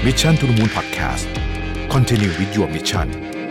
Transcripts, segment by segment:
Mission to the Moon Podcast Continue with your mission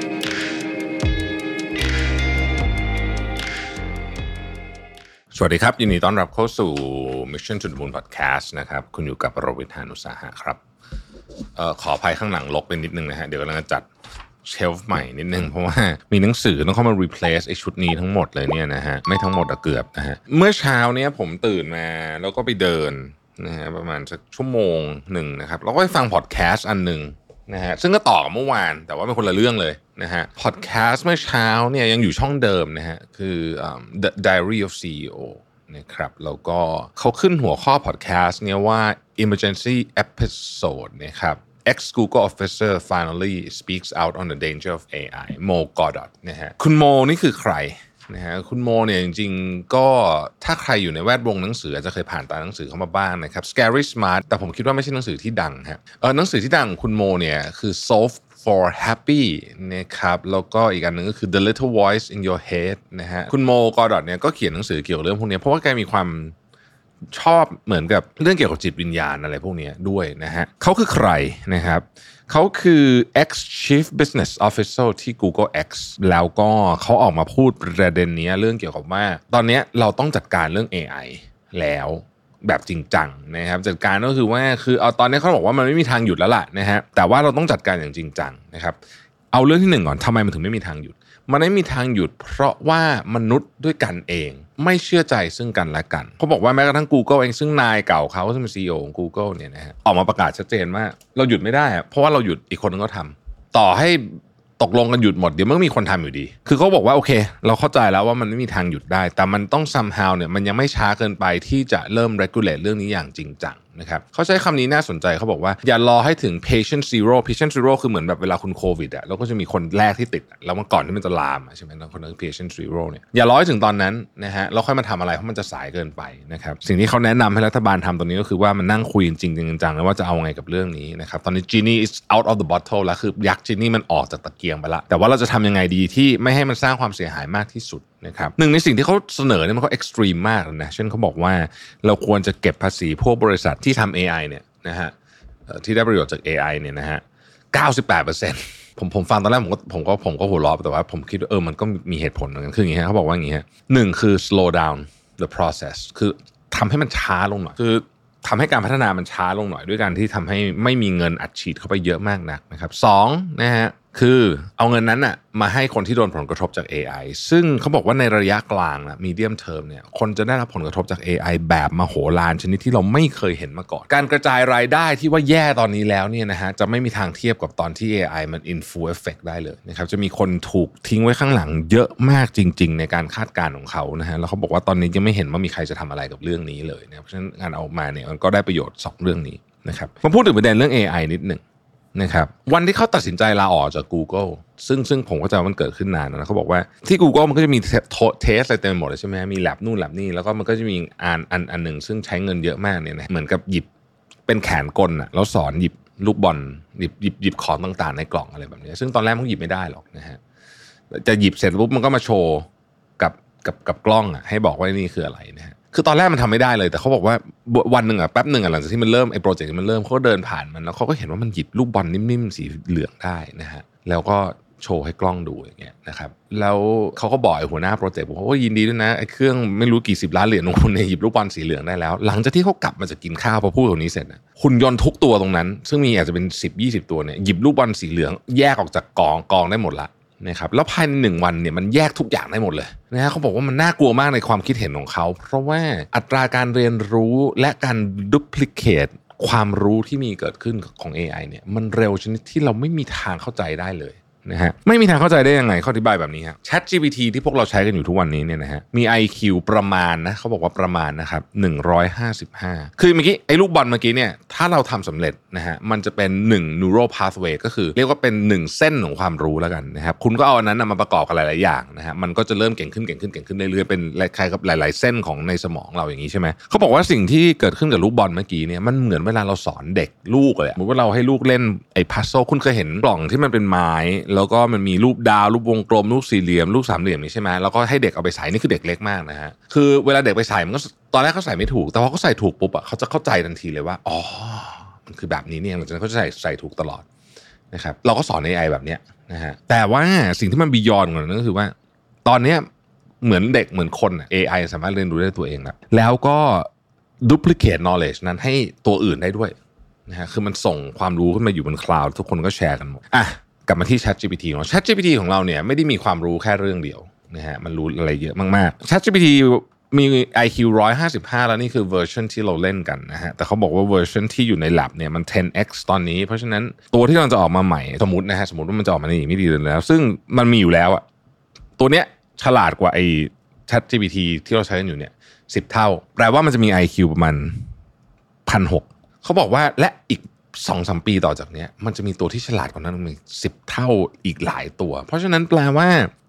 สวัสดีครับยินดีต้อนรับเข้าสู่ Mission to the Moon Podcast นะครับคุณอยู่กับโรบิน หาญอุตสาหะครับขออภัยข้างหลังรกไปนิดนึงนะฮะเดี๋ยวกำลังจะจัดเชลฟ์ใหม่นิดนึงเพราะว่ามีหนังสือต้องเข้ามา replace ไอ้ชุดนี้ทั้งหมดเลยเนี่ยนะฮะไม่ทั้งหมดเกือบนะฮะเมื่อเช้าเนี้ยผมตื่นมาแล้วก็ไปเดินนะฮะประมาณสักชั่วโมงหนึ่งนะครับแล้วก็ไปฟังพอดแคสต์อันนึงนะฮะซึ่งก็ต่อกับเมื่อวานแต่ว่าเป็นคนละเรื่องเลยนะฮะพอดแคสต์เมื่อเช้าเนี่ยยังอยู่ช่องเดิมนะฮะคือ The Diary of CEO นะครับแล้วก็เขาขึ้นหัวข้อพอดแคสต์เนี่ยว่า Emergency Episode นะครับEx-Google officer finally speaks out on the danger of AI โม กอดอตนะฮะคุณโมนี่คือใครนะฮะคุณโมเนี่ยจริงๆก็ถ้าใครอยู่ในแวดวงหนังสืออาจจะเคยผ่านตาหนังสือเข้ามาบ้างนะครับ Scary Smart แต่ผมคิดว่าไม่ใช่หนังสือที่ดังฮะหนังสือที่ดังคุณโมเนี่ยคือ Solve for Happy นะครับแล้วก็อีกอันนึงก็คือ The Little Voice in Your Head นะฮะคุณโม กอดอตเนี่ยก็เขียนหนังสือเกี่ยวกับเรื่องพวกนี้เพราะว่าแกมีความชอบเหมือนกับเรื่องเกี่ยวกับจิตวิญญาณอะไรพวกนี้ด้วยนะฮะเขาคือใครนะครับเขาคือ ex chief business officer ที่ Google X แล้วก็เขาออกมาพูดประเด็นนี้เรื่องเกี่ยวกับว่าตอนนี้เราต้องจัดการเรื่อง AI แล้วแบบจริงจังนะครับจัดการก็คือว่าคือเอาตอนนี้เขาบอกว่ามันไม่มีทางหยุดแล้วล่ะนะฮะแต่ว่าเราต้องจัดการอย่างจริงจังนะครับเอาเรื่องที่หนึ่งก่อนทำไมมันถึงไม่มีทางหยุดมันไม่มีทางหยุดเพราะว่ามนุษย์ด้วยกันเองไม่เชื่อใจซึ่งกันและกันเขาบอกว่าแม้กระทั่ง Google เองซึ่งนายเก่าเขาซึ่งเป็น CEO ของ Google เนี่ยนะฮะออกมาประกาศชัดเจนว่าเราหยุดไม่ได้เพราะว่าเราหยุดอีกคนนึงก็ทำต่อให้ตกลงกันหยุดหมดเดี๋ยวมันก็มีคนทำอยู่ดีคือเขาบอกว่าโอเคเราเข้าใจแล้วว่ามันไม่มีทางหยุดได้แต่มันต้อง somehow เนี่ยมันยังไม่ช้าเกินไปที่จะเริ่ม regulate เรื่องนี้อย่างจริงจังนะครับเขาใช้คำนี้น่าสนใจเขาบอกว่าอย่ารอให้ถึง patient zero คือเหมือนแบบเวลาคุณโควิดอ่ะแล้วก็จะมีคนแรกที่ติดแล้วมันก่อนที่มันจะลามใช่ไหมคนนั้น patient zero เนี่ยอย่ารอให้ถึงตอนนั้นนะฮะแล้วค่อยมาทำอะไรเพราะมันจะสายเกินไปนะครับสิ่งที่เขาแนะนำให้รัฐบาลทำตรงนี้ก็คือว่ามันนั่งคุยจริงจังๆแล้วว่าจะเอาไงกับเรื่องนี้นะครับตอนนี้ Genie is out of the bottle แล้วคือยักษ์ Genie มันออกจากตะเกียงไปละแต่ว่าเราจะทำยังไงดีที่ไม่ให้มันสร้างความเสียหายมากที่สุดนะครับหนึ่งในสิ่งที่เขาเสนอเนี่ยมันก็เอ็กซ์ตรีมมากนะเช่นเขาบอกว่าเราควรจะเก็บภาษีพวกบริษัทที่ทำ AI เนี่ยนะฮะที่ได้ประโยชน์จาก AI เนี่ยนะฮะ 98% ผมฟังตอนแรกผมก็หัวเราะแต่ว่าผมคิดว่ามันก็มีเหตุผลเหมือนกันคืออย่างงี้ฮะเขาบอกว่าอย่างงี้ฮะหนึ่งคือ slow down the process คือทำให้มันช้าลงหน่อยคือทำให้การพัฒนามันช้าลงหน่อยด้วยการที่ทำให้ไม่มีเงินอัดฉีดเข้าไปเยอะมากนักนะครับสองนะฮะคือเอาเงินนั้นน่ะมาให้คนที่โดนผลกระทบจาก AI ซึ่งเขาบอกว่าในระยะกลางนะ medium term เนี่ยคนจะได้รับผลกระทบจาก AI แบบมโหฬารชนิดที่เราไม่เคยเห็นมาก่อนการกระจายรายได้ที่ว่าแย่ตอนนี้แล้วเนี่ยนะฮะจะไม่มีทางเทียบกับตอนที่ AI มัน influence effect ได้เลยนะครับจะมีคนถูกทิ้งไว้ข้างหลังเยอะมากจริงๆในการคาดการณ์ของเขานะฮะแล้วเขาบอกว่าตอนนี้ยังไม่เห็นว่ามีใครจะทำอะไรกับเรื่องนี้เลยนะเพราะฉะนั้นงานเอามาเนี่ยมันก็ได้ประโยชน์2เรื่องนี้นะครับมาพูดถึงประเด็นเรื่อง AI นิดหนึ่งนะครับวันที่เขาตัดสินใจลาออกจาก Google ซึ่งผมก็จะมันเกิดขึ้นนานนะเขาบอกว่าที่ Google มันก็จะมีเทสอะไรเต็มไปหมดเลยใช่ไหมมี lab นู่น lab นี่แล้วก็มันก็จะมีอันหนึ่งซึ่งใช้เงินเยอะมากเนี่ยนะเหมือนกับหยิบเป็นแขนกลน่ะแล้วสอนหยิบลูกบอลหยิบของต่างๆในกล่องอะไรแบบนี้ซึ่งตอนแรกมันหยิบไม่ได้หรอกนะฮะจะหยิบเสร็จปุ๊บมันก็มาโชว์กับกล้องอ่ะให้บอกว่านี่คืออะไรนะฮะคือตอนแรกมันทำไม่ได้เลยแต่เขาบอกว่าวันหนึ่งอ่ะแป๊บหนึ่งอ่ะหลังจากที่มันเริ่มไอ้โปรเจกต์มันเริ่มเขาก็เดินผ่านมันแล้วเขาก็เห็นว่ามันหยิบลูกบอลนิ่มๆสีเหลืองได้นะฮะแล้วก็โชว์ให้กล้องดูอย่างเงี้ยนะครับแล้วเขาก็บอกไอ้หัวหน้าโปรเจกต์บอกว่ายินดีด้วยนะไอ้เครื่องไม่รู้กี่10 ล้านเหรียญของคุณเนี่ยหยิบลูกบอลสีเหลืองได้แล้วหลังจากที่เขากลับมาจะกินข้าวพอพูดตรงนี้เสร็จนะหุ่นยนต์ทุกตัวตรงนั้นซึ่งมีอาจจะเป็น 10-20 ตัวเนี่ยหยิบลูกบอลสีเหลืองแยกออกจากกองได้หมดละนะครับแล้วภายใน1วันเนี่ยมันแยกทุกอย่างได้หมดเลยนะฮะเขาบอกว่ามันน่ากลัวมากในความคิดเห็นของเขาเพราะว่าอัตราการเรียนรู้และการดูพลิเคทความรู้ที่มีเกิดขึ้นของ AI เนี่ยมันเร็วชนิดที่เราไม่มีทางเข้าใจได้เลย นะฮะไม่มีทางเข้าใจได้ยังไงเขาอธิบายแบบนี้ฮะ ChatGPT ที่พวกเราใช้กันอยู่ทุกวันนี้เนี่ยนะฮะมี IQ ประมาณนะเขาบอกว่าประมาณนะครับ155คือเมื่อกี้ไอ้ลูกบอลเมื่อกี้เนี่ยถ้าเราทำสำเร็จนะฮะมันจะเป็น1 neural pathway ก็คือเรียกว่าเป็น1เส้นของความรู้แล้วกันนะครับคุณก็เอาอันนั้นมาประกอบกับหลายๆอย่างนะฮะมันก็จะเริ่มเก่งขึ้นเรื่อยๆเป็นคล้ายๆกับหลายๆเส้นของในสมองเราอย่างนี้ใช่ไหมเขาบอกว่าสิ่งที่เกิดขึ้นกับลูกบอลเมื่อกี้เนี่ยมันเหมือนเวลาเราสอนเด็กลูกเลยสมมติว่าเราให้ลูกเล่นไอ้พัซโซคุณเคยเห็นกล่องที่มันเป็นไม้แล้วก็มันมีรูปดาวรูปวงกลมรูปสี่เหลี่ยมรูปสามเหลี่ยมนี่ใช่ไหมแล้วก็ให้เด็กเอาไปใส่นี่คือเด็กเล็กมากนะฮะคือเวลาเด็กไปใส่มันก็ตอนแรกเขาใส่ไม่ถูกแต่พอเขาใส่ถูกปุ๊บอ่ะเขาจะเข้าใจทันทีเลยว่าอ๋อมันคือแบบนี้เนี่ยหลังจากนั้นเขาจะใส่ถูกตลอดนะครับเราก็สอน AI แบบเนี้ยนะฮะแต่ว่าสิ่งที่มันบียอนกว่านั้นก็คือว่าตอนนี้เหมือนเด็กเหมือนคน AI สามารถเรียนรู้ได้ตัวเองแล้วก็ duplicate knowledge นั้นให้ตัวอื่นได้ด้วยนะฮะคือมันส่งความรู้ขึ้นมาอยู่บนคลาวด์ทุกคนก็แชร์กันหมดกลับมาที่ ChatGPT ของเรา ChatGPT ของเราเนี่ยไม่ได้มีความรู้แค่เรื่องเดียวนะฮะมันรู้อะไรเยอะมากๆ ChatGPT มี IQ 155แล้วนี่คือเวอร์ชันที่เราเล่นกันนะฮะแต่เขาบอกว่าเวอร์ชันที่อยู่ใน lab เนี่ยมัน 10x ตอนนี้เพราะฉะนั้นตัวที่เราจะออกมาใหม่สมมติว่ามันจะออกมาในอีกไม่ดีแล้วซึ่งมันมีอยู่แล้วอะตัวเนี้ยฉลาดกว่าไอ้ ChatGPT ที่เราใช้กันอยู่เนี่ย10 เท่าแปลว่ามันจะมี IQ ประมาณ 1,600 เขาบอกว่าและอีก 2-3 ปีต่อจากนี้มันจะมีตัวที่ฉลาดกว่านั้นมี10 เท่าอีกหลายตัวเพราะฉะนั้นแปลว่า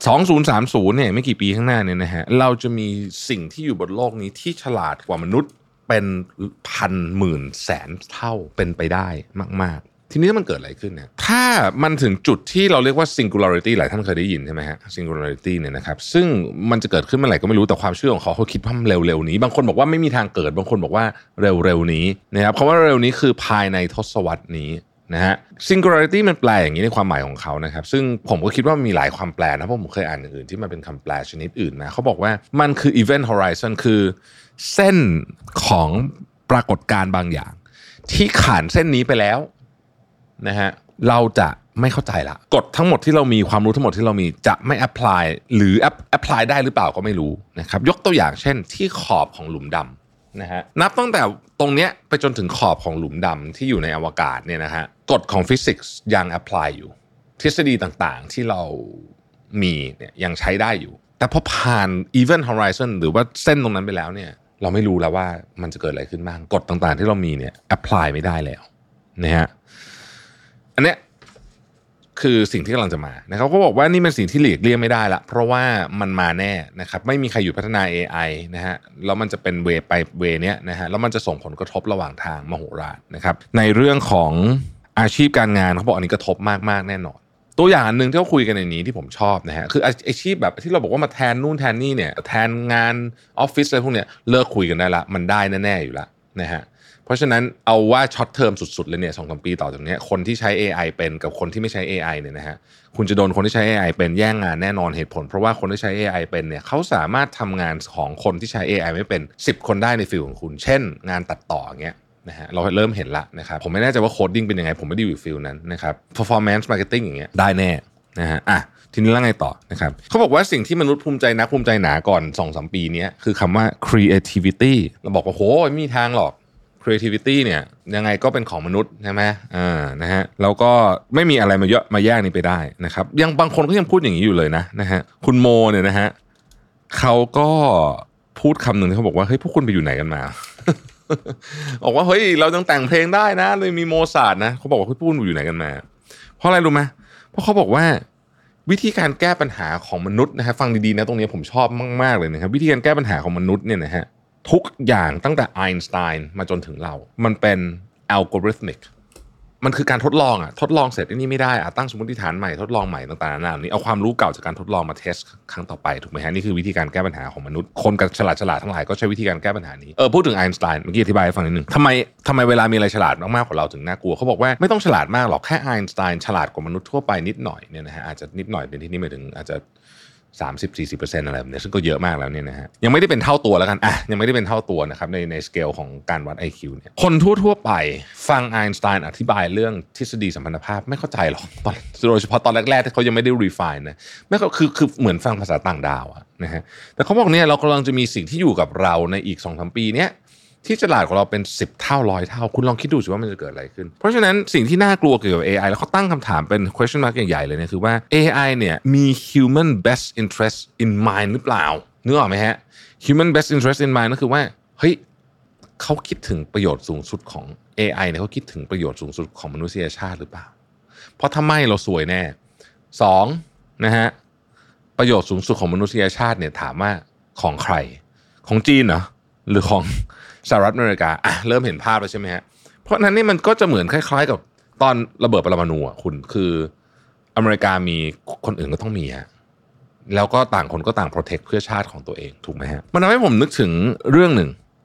2030เนี่ยไม่กี่ปีข้างหน้าเนี่ยนะฮะเราจะมีสิ่งที่อยู่บนโลกนี้ที่ฉลาดกว่ามนุษย์เป็นพันหมื่นแสนเท่าเป็นไปได้มากๆทีนี้มันเกิดอะไรขึ้นเนี่ยถ้ามันถึงจุดที่เราเรียกว่า singularity หลายท่านเคยได้ยินใช่ไหมฮะ singularity เนี่ยนะครับซึ่งมันจะเกิดขึ้นเมื่อไหร่ก็ไม่รู้แต่ความเชื่อของเขาคิดว่าเร็วๆนี้บางคนบอกว่าไม่มีทางเกิดบางคนบอกว่าเร็วๆนี้นะครับคำว่าเร็วนี้คือภายในทศวรรษนี้นะฮะ singularity มันแปลอย่างนี้ในความหมายของเขานะครับซึ่งผมก็คิดว่ามีหลายความแปลนะเพราะผมเคยอ่านอย่างอื่นที่มันเป็นคำแปลชนิดอื่นมาเขาบอกว่ามันคือ event horizon คือเส้นของปรากฏการณ์บางอย่างที่ผ่านเส้นนี้ไปแล้วนะฮะเราจะไม่เข้าใจละกฎทั้งหมดที่เรามีความรู้ทั้งหมดที่เรามีจะไม่ apply หรือ apply ได้หรือเปล่าก็ไม่รู้นะครับยกตัวอย่างเช่นที่ขอบของหลุมดำนะฮะนับตั้งแต่ตรงเนี้ยไปจนถึงขอบของหลุมดำที่อยู่ในอวกาศเนี่ยนะฮะกฎของฟิสิกส์ยัง apply อยู่ทฤษฎีต่างๆที่เรามีเนี่ยยังใช้ได้อยู่แต่พอผ่าน event horizon หรือว่าเส้นตรงนั้นไปแล้วเนี่ยเราไม่รู้แล้วว่ามันจะเกิดอะไรขึ้นบ้างกฎต่างๆที่เรามีเนี่ย apply ไม่ได้แล้วนะฮะอันเนี้ยคือสิ่งที่กำลังจะมานะครับเขาบอกว่านี่เป็นสิ่งที่หลีกเลี่ยงไม่ได้ละเพราะว่ามันมาแน่นะครับไม่มีใครหยุดพัฒนา AI นะฮะแล้วมันจะเป็นเวไปเวเนี้ยนะฮะแล้วมันจะส่งผลกระทบระหว่างทางมโหฬารนะครับในเรื่องของอาชีพการงานเขาบอกอันนี้กระทบมากๆแน่นอนตัวอย่างหนึ่งที่เขาคุยกันในนี้ที่ผมชอบนะฮะคืออาชีพแบบที่เราบอกว่ามาแทนนู่นแทนนี่เนี่ยแทนงานออฟฟิศอะไรพวกเนี้ยเลิกคุยกันได้ละมันได้แน่ๆอยู่แล้วนะฮะเพราะฉะนั้นเอาว่าช็อตเทอมสุดๆเลยเนี่ย 2-3 ปีต่อจากนี้คนที่ใช้ AI เป็นกับคนที่ไม่ใช้ AI เนี่ยนะฮะคุณจะโดนคนที่ใช้ AI เป็นแย่งงานแน่นอนเหตุผลเพราะว่าคนที่ใช้ AI เป็นเนี่ยเขาสามารถทำงานของคนที่ใช้ AI ไม่เป็น10 คนได้ในฟิลของคุณเช่นงานตัดต่ออย่างเงี้ยนะฮะเราเริ่มเห็นละนะครับผมไม่แน่ใจว่าโคดดิ้งเป็นยังไงผมไม่ได้อยู่ฟิลนั้นนะครับ performance marketing อย่างเงี้ยได้แน่นะฮะทีนี้แล้วไงต่อนะครับเขาบอกว่าสิ่งที่มนุษย์ภูมิใจนักภูมิใจหนาก่อน 2-3 ปีนี้คือคำว่า creativity เราบอกว่าโหไม่มีทางหรอกcreativity เนี่ยยังไงก็เป็นของมนุษย์ใช่ไหมนะฮะแล้วก็ไม่มีอะไรมาแย่งนี้ไปได้นะครับยังบางคนก็ยังพูดอย่างนี้อยู่เลยนะฮะคุณโมเนี่ยนะฮะเขาก็พูดคำหนึ่งที่เขาบอกว่าเฮ้ยพวกคุณไปอยู่ไหนกันมา บอกว่าเฮ้ยเราต้องแต่งเพลงได้นะเลยมีโมซาร์ทนะเขาบอกว่าพวกคุณอยู่ไหนกันมาเพราะอะไรรู้ไหมเพราะเขาบอกว่าวิธีการแก้ปัญหาของมนุษย์นะฮะฟังดีๆนะตรงนี้ผมชอบมากๆเลยนะครับวิธีการแก้ปัญหาของมนุษย์เนี่ยนะฮะทุกอย่างตั้งแต่ไอน์สไตน์มาจนถึงเรามันเป็นอัลกอริทึมิกมันคือการทดลองทดลองเสร็จนี่ไม่ได้ตั้งสมมติฐานใหม่ทดลองใหม่ต่างๆนานานี้เอาความรู้เก่าจากการทดลองมาเทสครั้งต่อไปถูกไหมฮะนี่คือวิธีการแก้ปัญหาของมนุษย์คนกับฉลาดทั้งหลายก็ใช้วิธีการแก้ปัญหานี้พูดถึงไอน์สไตน์เมื่อกี้อธิบายให้ฟังนิดนึงทำไมเวลามีอะไรฉลาดมากๆกว่าเราถึงน่ากลัวเขาบอกว่าไม่ต้องฉลาดมากหรอกแค่ไอน์สไตน์ฉลาดกว่ามนุษย์ทั่วไปนิดหน่อยเนี่ยนะฮะอาจจะนิดหน่อยเป็นที่นี่หมายถึงอาจจะ30-40% อะไรแบบนี้ซึ่งก็เยอะมากแล้วเนี่ยนะฮะยังไม่ได้เป็นเท่าตัวแล้วกันยังไม่ได้เป็นเท่าตัวนะครับในสเกลของการวัด IQ เนี่ยคนทั่วไปฟังไอน์สไตน์อธิบายเรื่องทฤษฎีสัมพันธภาพไม่เข้าใจหรอกโดยเฉพาะตอนแรกๆที่เขายังไม่ได้ refine นะไม่คือเหมือนฟังภาษาต่างดาวนะฮะแต่เขาบอกเนี่ยเรากำลังจะมีสิ่งที่อยู่กับเราในอีก 2-3 ปีเนี้ยที่ฉลาดกว่าเราเป็น10 เท่า100 เท่าคุณลองคิดดูสิว่ามันจะเกิดอะไรขึ้นเพราะฉะนั้นสิ่งที่น่ากลัวเกี่ยวกับ AI แล้วเขาตั้งคำถามเป็น question mark ใหญ่ๆเลยเนี่ยคือว่า AI เนี่ยมี human best interest in mind หรือเปล่านึกออกไหมฮะ human best interest in mind ก็คือว่าเฮ้ยเขาคิดถึงประโยชน์สูงสุดของ AI เนี่ยเขาคิดถึงประโยชน์สูงสุดของมนุษยชาติหรือเปล่าเพราะถ้าไม่เราซวยแน่2นะฮะประโยชน์สูงสุดของมนุษยชาติเนี่ยถามว่าของใครของจีนเหรอหรือของสหรัฐอเมริกาเริ่มเห็นภาพแล้วใช่ไหมฮะเพราะนั้นนี่มันก็จะเหมือนคล้ายๆกับตอนระเบิดปรมาณูคุณคืออเมริกามีคนอื่นก็ต้องมีฮะแล้วก็ต่างคนก็ต่างโปรเทคเพื่อชาติของตัวเองถูกไหมฮะมันทำให้ผมนึกถึงเรื่องหนึ่ง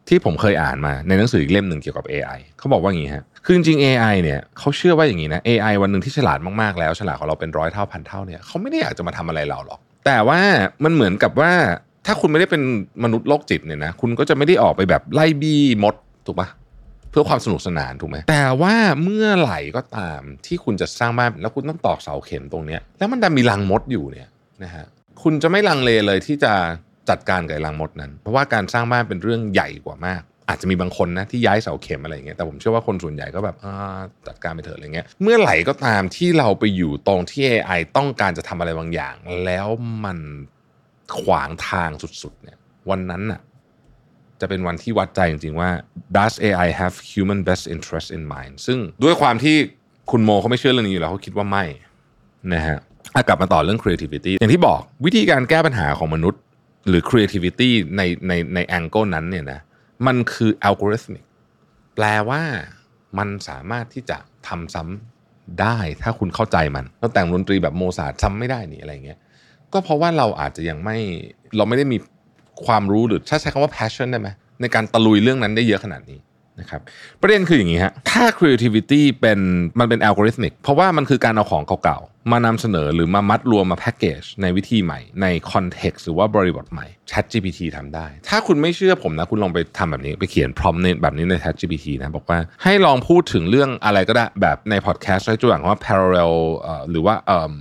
ที่ผมเคยอ่านมาในหนังสืออีกเล่มนึงเกี่ยวกับ AI เขาบอกว่าอย่างงี้ฮะคือจริงๆ AI เนี่ยเขาเชื่อว่าอย่างงี้นะ AI วันนึงที่ฉลาดมากๆแล้วฉลาดกว่าเราเป็น100เท่าพันเท่าเนี่ยเขาไม่ได้อยากจะมาทำอะไรเราหรอกแต่ว่ามันเหมือนกับว่าถ้าคุณไม่ได้เป็นมนุษย์โรคจิตเนี่ยนะคุณก็จะไม่ได้ออกไปแบบไล่บี้มดถูกปะเพื่อความสนุกสนานถูกไหมแต่ว่าเมื่อไหร่ก็ตามที่คุณจะสร้างบ้านแล้วคุณต้องตอกเสาเข็มตรงเนี้ยแล้วมันดันมีรังมดอยู่เนี่ยนะฮะคุณจะไม่ลังเลเลยที่จะจัดการกับรังมดนั้นเพราะว่าการสร้างบ้านเป็นเรื่องใหญ่กว่ามากอาจจะมีบางคนนะที่ย้ายเสาเข็มอะไรอย่างเงี้ยแต่ผมเชื่อว่าคนส่วนใหญ่ก็แบบจัดการไปเถอะอะไรเงี้ยเมื่อไหร่ก็ตามที่เราไปอยู่ตรงที่ AI ต้องการจะทำอะไรบางอย่างแล้วมันขวางทางสุดๆเนี่ยวันนั้นน่ะจะเป็นวันที่วัดใจจริงๆว่า does AI have human best interest in mind ซึ่งด้วยความที่คุณโมเขาไม่เชื่อเรื่องนี้อยู่แล้วเขาคิดว่าไม่นะฮะกลับมาต่อเรื่อง creativity อย่างที่บอกวิธีการแก้ปัญหาของมนุษย์หรือ creativity ใน angle นั้นเนี่ยนะมันคือ algorithmic แปลว่ามันสามารถที่จะทำซ้ำได้ถ้าคุณเข้าใจมันแล้วแต่งดนตรีแบบโมซาร์ทซ้ำไม่ได้นี่อะไรเงี้ยก็เพราะว่าเราอาจจะยังเราไม่ได้มีความรู้หรือใช้คำว่า passion ได้ไหมในการตะลุยเรื่องนั้นได้เยอะขนาดนี้นะครับประเด็นคืออย่างนี้ฮะถ้า creativity มันเป็น algorithmic เพราะว่ามันคือการเอาของเก่าๆมานำเสนอหรือมามัดรวมมาแพ็กเกจในวิธีใหม่ใน context หรือว่าบริบทใหม่ ChatGPT ทำได้ถ้าคุณไม่เชื่อผมนะคุณลองไปทำแบบนี้ไปเขียน prompt แบบนี้ใน ChatGPT นะบอกว่าให้ลองพูดถึงเรื่องอะไรก็ได้แบบใน podcast ใช้ตัวอย่างว่า parallel หรือว่า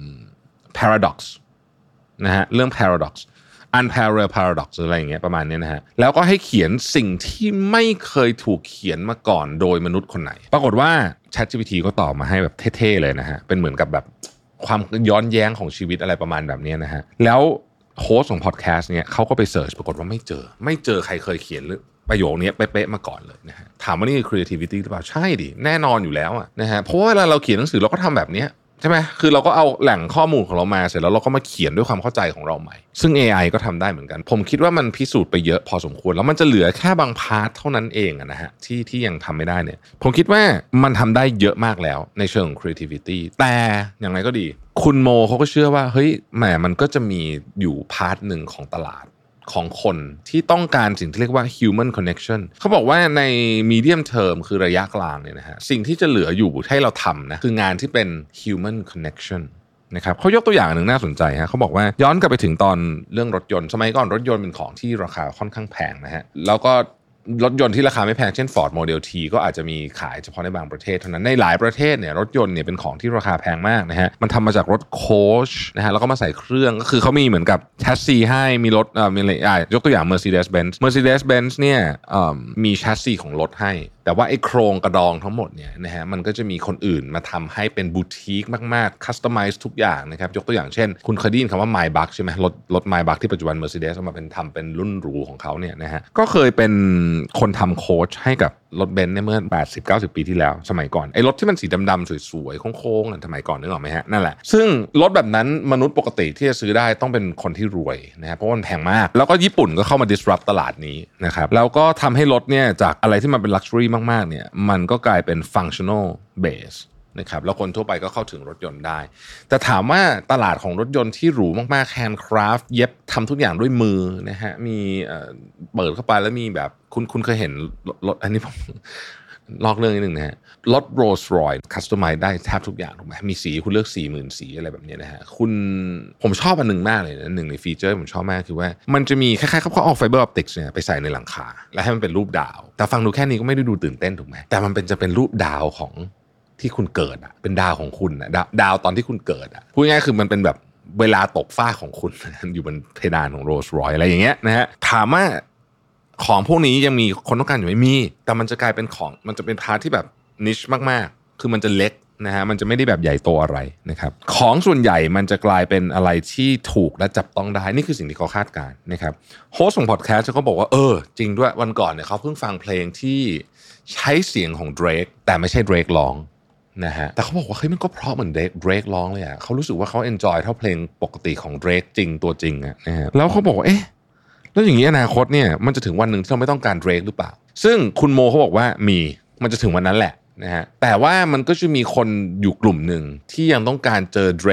paradox นะฮะเรื่อง paradox unparalleled paradox หรืออะไรอย่างเงี้ยประมาณนี้นะฮะแล้วก็ให้เขียนสิ่งที่ไม่เคยถูกเขียนมาก่อนโดยมนุษย์คนไหนปรากฏว่า ChatGPT ก็ตอบมาให้แบบเท่ๆเลยนะฮะเป็นเหมือนกับแบบความย้อนแย้งของชีวิตอะไรประมาณแบบนี้นะฮะแล้วโฮสต์ของพอดแคสต์เนี่ยเขาก็ไปเสิร์ชปรากฏว่าไม่เจอใครเคยเขียนหรือประโยคนี้เป๊ะๆมาก่อนเลยนะฮะถามว่านี่คือ creativity หรือเปล่าใช่ดิแน่นอนอยู่แล้วนะฮะเพราะว่าเวลาเราเขียนหนังสือเราก็ทำแบบนี้ใช่ไหมคือเราก็เอาแหล่งข้อมูลของเรามาเสร็จแล้วเราก็มาเขียนด้วยความเข้าใจของเราใหม่ซึ่ง AI ก็ทำได้เหมือนกันผมคิดว่ามันพิสูจน์ไปเยอะพอสมควรแล้วมันจะเหลือแค่บางพาร์ทเท่านั้นเองนะฮะที่ยังทำไม่ได้เนี่ยผมคิดว่ามันทำได้เยอะมากแล้วในเชิงของ creativity แต่อย่างไรก็ดีคุณโมเขาก็เชื่อว่าเฮ้ยแหมมันก็จะมีอยู่พาร์ทหนึ่งของตลาดของคนที่ต้องการสิ่งที่เรียกว่า human connection เขาบอกว่าใน medium term คือระยะกลางเนี่ยนะฮะสิ่งที่จะเหลืออยู่ให้เราทำนะคืองานที่เป็น human connection นะครับเขายกตัวอย่างหนึ่งน่าสนใจฮะเขาบอกว่าย้อนกลับไปถึงตอนเรื่องรถยนต์สมัยก่อนรถยนต์เป็นของที่ราคาค่อนข้างแพงนะฮะแล้วก็รถยนต์ที่ราคาไม่แพงเช่น Ford Model T ก็อาจจะมีขายเฉพาะในบางประเทศเท่านั้นในหลายประเทศเนี่ยรถยนต์เนี่ยเป็นของที่ราคาแพงมากนะฮะมันทำมาจากรถโคชนะฮะแล้วก็มาใส่เครื่องก็คือเขามีเหมือนกับแชสซีให้มีรถมีอะไรยกตัวอย่าง Mercedes-Benz เนี่ยมีแชสซีของรถให้แต่ว่าไอ้โครงกระดองทั้งหมดเนี่ยนะฮะมันก็จะมีคนอื่นมาทำให้เป็นบูติกมากๆคัสตอมไมซ์ทุกอย่างนะครับยกตัวอย่างเช่นคุณเคยได้ยินคำว่า Maybach ใช่ไหมรถ Maybach ที่ปัจจุบัน Mercedes เอามาทำเป็นรุ่นหรูของเขาเนี่ยนะฮะก็เคยเป็นคนทำโค้ชให้กับรถเบนซ์เนี่ยเมื่อ 80-90 ปีที่แล้วสมัยก่อนไอ้รถที่มันสีดำๆสวยๆโค้งๆสมัยก่อนนึกออกไหมฮะนั่นแหละซึ่งรถแบบนั้นมนุษย์ปกติที่จะซื้อได้ต้องเป็นคนที่รวยนะฮะเพราะมันแพงมากแล้วก็ญี่ปุ่นก็เข้ามา disrupt ตลาดนี้นะครับแล้วก็ทำให้รถเนี่ยจากอะไรที่มันเป็น luxury มากๆเนี่ยมันก็กลายเป็น functional base นะครับแล้วคนทั่วไปก็เข้าถึงรถยนต์ได้แต่ถามว่าตลาดของรถยนต์ที่หรูมากๆ handcraft เย็บทำทุกอย่างด้วยมือนะฮะมีเปิดเข้าไปแล้วมีแบบคุณเคยเห็นรถอันนี้ผมลอกเรื่องนิดนึงนะฮะรถ Rolls-Royce customize ได้แทบทุกอย่างถูกไหมมีสีคุณเลือก 40,000 สีอะไรแบบนี้นะฮะผมชอบอันนึงมากเลยนะหนึ่งในฟีเจอร์ผมชอบมากคือว่ามันจะมีคล้ายๆเขาเอาไฟเบอร์ออปติกส์เนี่ยไปใส่ในหลังคาแล้วให้มันเป็นรูปดาวแต่ฟังดูแค่นี้ก็ไม่ได้ดูตื่นเต้นถูกไหมแต่มันจะเป็นรูปดาวของที่คุณเกิดอ่ะเป็นดาวของคุณอ่ะดาวตอนที่คุณเกิดอ่ะพูดง่ายๆคือมันเป็นแบบเวลาตกฟ้าของคุณอยู่บนเพดานของ Rolls-Royce อะไรอย่างเงี้ยนะฮะถามว่าของพวกนี้ยังมีคนต้องการอยู่ไหมมีแต่มันจะกลายเป็นของมันจะเป็นพาร์ทที่แบบนิชมากๆคือมันจะเล็กนะฮะมันจะไม่ได้แบบใหญ่โตอะไรนะครับของส่วนใหญ่มันจะกลายเป็นอะไรที่ถูกและจับต้องได้นี่คือสิ่งที่เขาคาดการณ์นะครับโฮสต์ของพอดแคสต์เขาบอกว่าจริงด้วยวันก่อนเนี่ยเขาเพิ่งฟังเพลงที่ใช้เสียงของ Drake แต่ไม่ใช่ Drake ร้องนะฮะแต่เขาบอกว่าเฮ้ยมันก็เพราะเหมือน Drake ร้องเลยอ่ะเขารู้สึกว่าเขา enjoy เท่าเพลงปกติของ Drake จริงตัวจริงอ่ะนะฮะแล้วเขาบอกว่าแล้วอย่างนี้อนาคตเนี่ยมันจะถึงวันหนึ่งที่เราไม่ต้องการ Drake หรือเปล่าซึ่งคุณโมเขาบอกว่ามันจะถึงวันนั้นแหละนะฮะแต่ว่ามันก็จะมีคนอยู่กลุ่มหนึ่งที่ยังต้องการเจอ Drake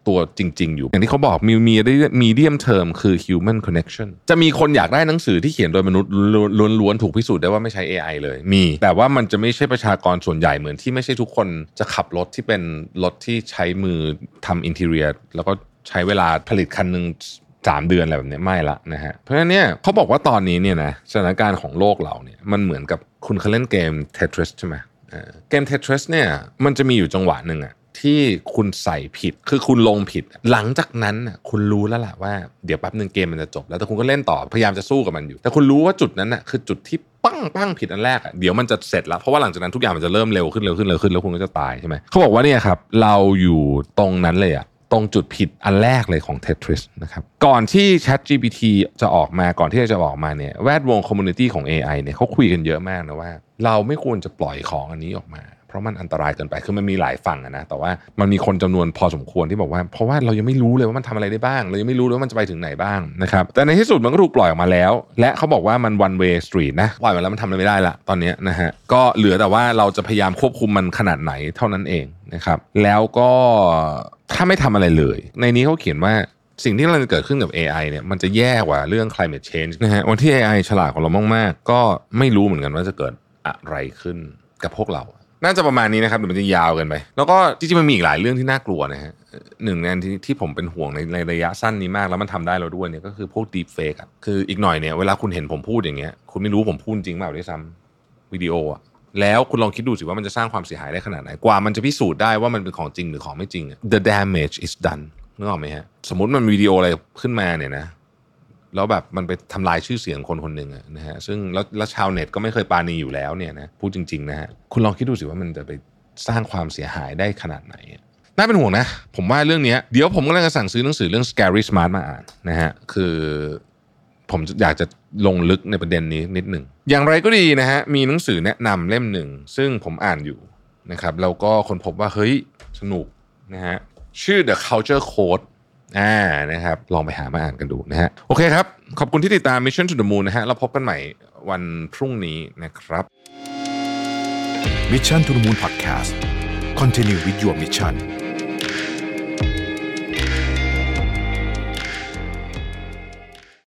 ตัวจริงๆอยู่อย่างที่เขาบอกmedium term คือ human connection จะมีคนอยากได้หนังสือที่เขียนโดยมนุษย์ล้วนๆถูกพิสูจน์ได้ว่าไม่ใช้ AI เลยมีแต่ว่ามันจะไม่ใช่ประชากรส่วนใหญ่เหมือนที่ไม่ใช่ทุกคนจะขับรถที่เป็นรถที่ใช้มือทำ interior แล้วก็ใช้เวลาผลิตคันนึง3 เดือนอะไรแบบนี้ไม่ละนะฮะเพราะฉะนั้นเนี่ยเขาบอกว่าตอนนี้เนี่ยนะสถานการณ์ของโลกเราเนี่ยมันเหมือนกับคุณเคยเล่นเกม Tetris ใช่ไหมเกม Tetris เนี่ยมันจะมีอยู่จังหวะหนึ่งอะที่คุณใส่ผิดคือคุณลงผิดหลังจากนั้นน่ะคุณรู้แล้วล่ะว่าเดี๋ยวแป๊บนึงเกมมันจะจบแล้วแต่คุณก็เล่นต่อพยายามจะสู้กับมันอยู่แต่คุณรู้ว่าจุดนั้นน่ะคือจุดที่ปั้งผิดอันแรกอ่ะเดี๋ยวมันจะเสร็จแล้วเพราะว่าหลังจากนั้นทุกอย่างมันจะเริ่มเร็วขึ้นแล้วคุณก็จะตายใช่ไหมเขาบอกว่าเนี่ยครับเราอยู่ตรงนั้นเลยอ่ะตรงจุดผิดอันแรกเลยของ Tetris นะครับก่อนที่ ChatGPT จะออกมาก่อนที่จะออกมาเนี่ยแวดวงคอมมูนิตี้ของ AI เนี่ยเขาคุยกันเยอะมากนะว่าเราไม่ควรจะปล่อยของอันนี้ออกมาเพราะมันอันตรายเกินไปคือมันมีหลายฝั่งนะแต่ว่ามันมีคนจำนวนพอสมควรที่บอกว่าเพราะว่าเรายังไม่รู้เลยว่ามันทำอะไรได้บ้างเรายังไม่รู้เลยว่ามันจะไปถึงไหนบ้างนะครับแต่ในที่สุดมันก็ถูกปล่อยออกมาแล้วและเขาบอกว่ามัน one way street นะปล่อยมาแล้วมันทำอะไรไม่ได้ละตอนนี้นะฮะก็เหลือแต่ว่าเราจะพยายามควบคุมมันขนาดไหนเท่านั้นเองนะครับแล้วก็ถ้าไม่ทำอะไรเลยในนี้เขาเขียนว่าสิ่งที่กำลังจะเกิดขึ้นกับ AI เนี่ยมันจะแย่กว่าเรื่อง climate change นะฮะวันที่ AI ฉลาดกว่าเรามากๆก็ไม่รู้เหมือนกันว่าจะเกิดอะไรขึ้นกับพวกเราน่าจะประมาณนี้นะครับเดี๋ยวมันจะยาวกันไปแล้วก็จริงๆมันมีอีกหลายเรื่องที่น่ากลัวนะฮะหนึ่งในที่ผมเป็นห่วงในระยะสั้นนี้มากแล้วมันทำได้เราด้วยเนี่ยก็คือพวก deep fake อ่ะคืออีกหน่อยเนี่ยเวลาคุณเห็นผมพูดอย่างเงี้ยคุณไม่รู้ผมพูดจริงเปล่าด้วยซ้ำวิดีโออ่ะแล้วคุณลองคิดดูสิว่ามันจะสร้างความเสียหายได้ขนาดไหนกว่ามันจะพิสูจน์ได้ว่ามันเป็นของจริงหรือของไม่จริง the damage is done นึกออกไหมฮะสมมติมันวิดีโออะไรขึ้นมาเนี่ยนะแล้วแบบมันไปทำลายชื่อเสียงคนคนหนึ่งนะฮะซึ่งแล้วชาวเน็ตก็ไม่เคยปราณีอยู่แล้วเนี่ยนะพูดจริงๆนะฮะคุณลองคิดดูสิว่ามันจะไปสร้างความเสียหายได้ขนาดไหนน่าเป็นห่วงนะผมว่าเรื่องนี้เดี๋ยวผมก็เลยจะสั่งซื้อหนังสือเรื่อง Scary Smart มาอ่านนะฮะคือผมอยากจะลงลึกในประเด็นนี้นิดหนึ่งอย่างไรก็ดีนะฮะมีหนังสือแนะนำเล่มหนึ่งซึ่งผมอ่านอยู่นะครับแล้วก็คนพบว่าเฮ้ยสนุกนะฮะชื่อ The Culture Codeนะครับลองไปหามาอ่านกันดูนะฮะโอเคครับขอบคุณที่ติดตาม Mission to the Moon นะฮะแล้วพบกันใหม่วันพรุ่งนี้นะครับ Mission to the Moon Podcast Continue with your mission